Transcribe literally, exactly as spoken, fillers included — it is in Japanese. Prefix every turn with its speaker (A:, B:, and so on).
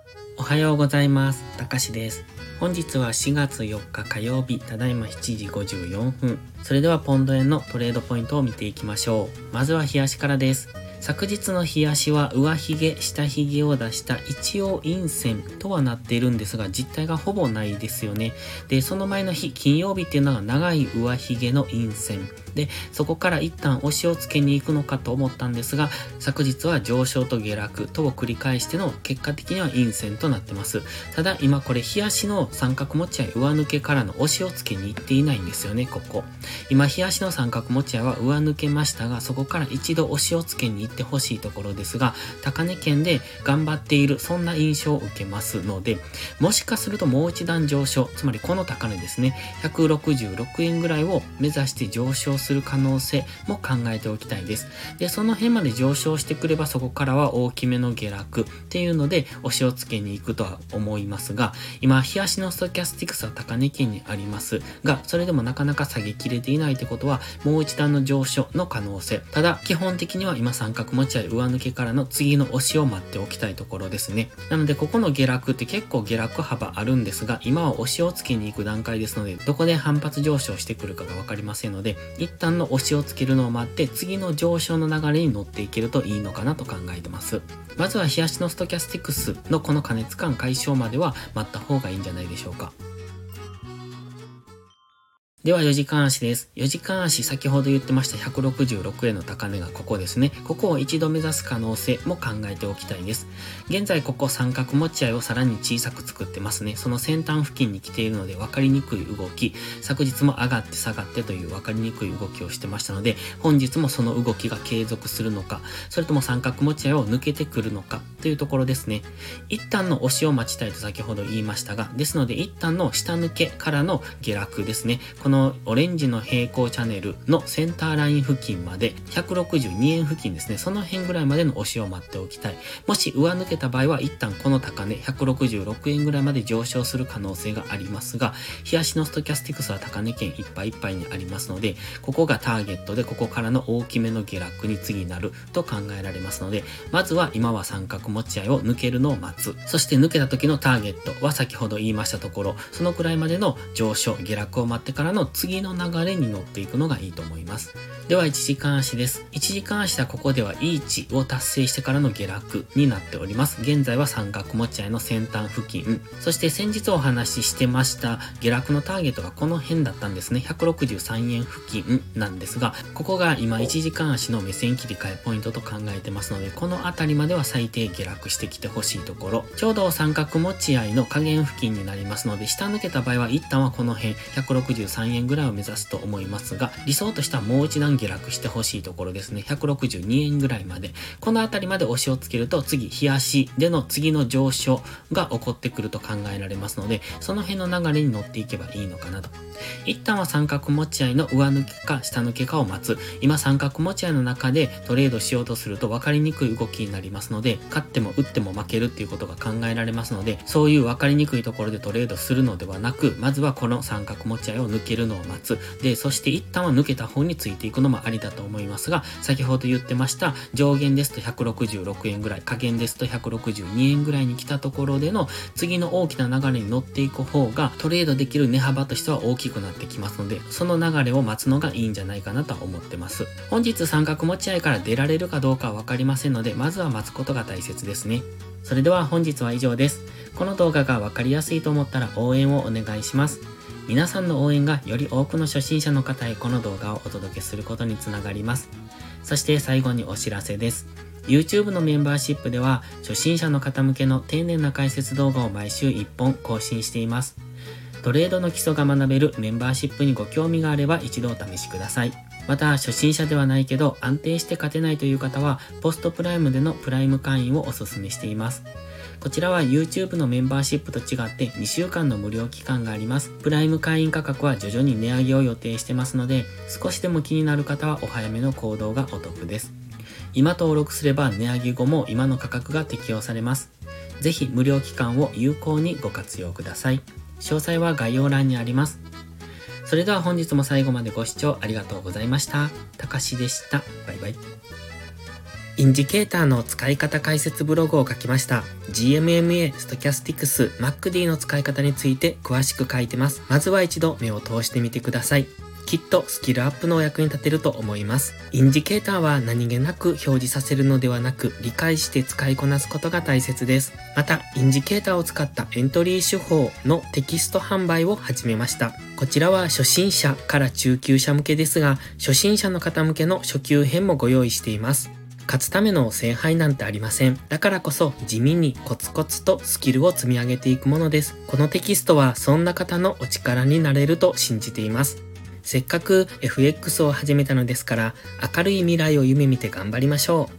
A: おはようございます。たかしです。本日はしがつよっか火曜日、ただいましちじごじゅうよんぷん。それではポンド円のトレードポイントを見ていきましょう。まずは日足からです。昨日の日足は上髭、下髭を出した一応陰線とはなっているんですが、実態がほぼないですよね。で、その前の日、金曜日っていうのが長い上髭の陰線。で、そこから一旦押しをつけに行くのかと思ったんですが、昨日は上昇と下落とを繰り返しての結果的には陰線となってます。ただ今これ日足の三角持ち合い上抜けからの押しをつけに行っていないんですよね、ここ。今日足の三角持ち合いは上抜けましたが、そこから一度押しをつけに行ってほしいところですが、高値圏で頑張っている、そんな印象を受けますので、もしかするともう一段上昇、つまりこの高値ですね、ひゃくろくじゅうろくえんぐらいを目指して上昇する可能性も考えておきたいです。で、その辺まで上昇してくればそこからは大きめの下落っていうので押しをつけに行くとは思いますが、今日足のストキャスティクスは高値圏にありますが、それでもなかなか下げきれていないってことはもう一段の上昇の可能性。ただ基本的には今三角持ち合い上抜けからの次の押しを待っておきたいところですね。なのでここの下落って結構下落幅あるんですが、今は押しをつけに行く段階ですので、どこで反発上昇してくるかがわかりませんので、一旦の押しをつけるのを待って次の上昇の流れに乗っていけるといいのかなと考えてます。まずは日足のストキャスティクスのこの過熱感解消までは待った方がいいんじゃないでしょうか。ではよじかん足です。よじかん足、先ほど言ってましたひゃくろくじゅうろくえんの高値がここですね。ここを一度目指す可能性も考えておきたいです。現在ここ三角持ち合いをさらに小さく作ってますね。その先端付近に来ているので分かりにくい動き、昨日も上がって下がってという分かりにくい動きをしてましたので、本日もその動きが継続するのか、それとも三角持ち合いを抜けてくるのかというところですね。一旦の押しを待ちたいと先ほど言いましたが、ですので一旦の下抜けからの下落ですね。このオレンジの平行チャンネルのセンターライン付近までひゃくろくじゅうにえん付近ですね。その辺ぐらいまでの押しを待っておきたい。もし上抜けた場合は一旦この高値ひゃくろくじゅうろくえんぐらいまで上昇する可能性がありますが、日足のストキャスティクスは高値圏いっぱいいっぱいにありますので、ここがターゲットでここからの大きめの下落に次なると考えられますので、まずは今は三角持ち合いを抜けるのを待つ。そして抜けた時のターゲットは先ほど言いましたところ、そのくらいまでの上昇下落を待ってからの次の流れに乗っていくのがいいと思います。ではいちじかん足です。いちじかん足はここではいい位置を達成してからの下落になっております。現在は三角持ち合いの先端付近、そして先日お話ししてました下落のターゲットがこの辺だったんですね。ひゃくろくじゅうさんえん付近なんですが、ここが今いちじかん足の目線切り替えポイントと考えてますので、この辺りまでは最低下落してきてほしいところ、ちょうど三角持ち合いの下限付近になりますので、下抜けた場合は一旦はこの辺ひゃくろくじゅうさんえんぐらいを目指すと思いますが、理想としてはもう一段下落してほしいところですね。ひゃくろくじゅうにえんぐらいまで、この辺りまで押しをつけると次日足での次の上昇が起こってくると考えられますので、その辺の流れに乗っていけばいいのかなと。一旦は三角持ち合いの上抜けか下抜けかを待つ。今三角持ち合いの中でトレードしようとすると分かりにくい動きになりますので、勝っても打っても負けるっていうことが考えられますので、そういう分かりにくいところでトレードするのではなく、まずはこの三角持ち合いを抜けるのを待つ。で、そして一旦は抜けた方についていくのもありだと思いますが、先ほど言ってました上限ですとひゃくろくじゅうろくえんぐらい、下限ですとひゃくろくじゅうにえんぐらいに来たところでの次の大きな流れに乗っていく方がトレードできる値幅としては大きくなってきますので、その流れを待つのがいいんじゃないかなと思ってます。本日三角持ち合いから出られるかどうかはわかりませんので、まずは待つことが大切ですね。それでは本日は以上です。この動画がわかりやすいと思ったら応援をお願いします。皆さんの応援がより多くの初心者の方へこの動画をお届けすることにつながります。そして最後にお知らせです。YouTube のメンバーシップでは初心者の方向けの丁寧な解説動画を毎週いっぽん更新しています。トレードの基礎が学べるメンバーシップにご興味があれば一度お試しください。また初心者ではないけど安定して勝てないという方はポストプライムでのプライム会員をお勧めしています。こちらは YouTube のメンバーシップと違ってにしゅうかんの無料期間があります。プライム会員価格は徐々に値上げを予定してますので、少しでも気になる方はお早めの行動がお得です。今登録すれば値上げ後も今の価格が適用されます。ぜひ無料期間を有効にご活用ください。詳細は概要欄にあります。それでは本日も最後までご視聴ありがとうございました。たかしでした。バイバイ。 インジケーターの使い方解説ブログを書きました。ジーエムエムエー、Stochastics、マックディ の使い方について詳しく書いてます。まずは一度目を通してみてください。きっとスキルアップのお役に立てると思います。インジケーターは何気なく表示させるのではなく、理解して使いこなすことが大切です。また、インジケーターを使ったエントリー手法のテキスト販売を始めました。こちらは初心者から中級者向けですが、初心者の方向けの初級編もご用意しています。勝つための聖杯なんてありません。だからこそ地味にコツコツとスキルを積み上げていくものです。このテキストはそんな方のお力になれると信じています。せっかく エフエックス を始めたのですから、明るい未来を夢見て頑張りましょう。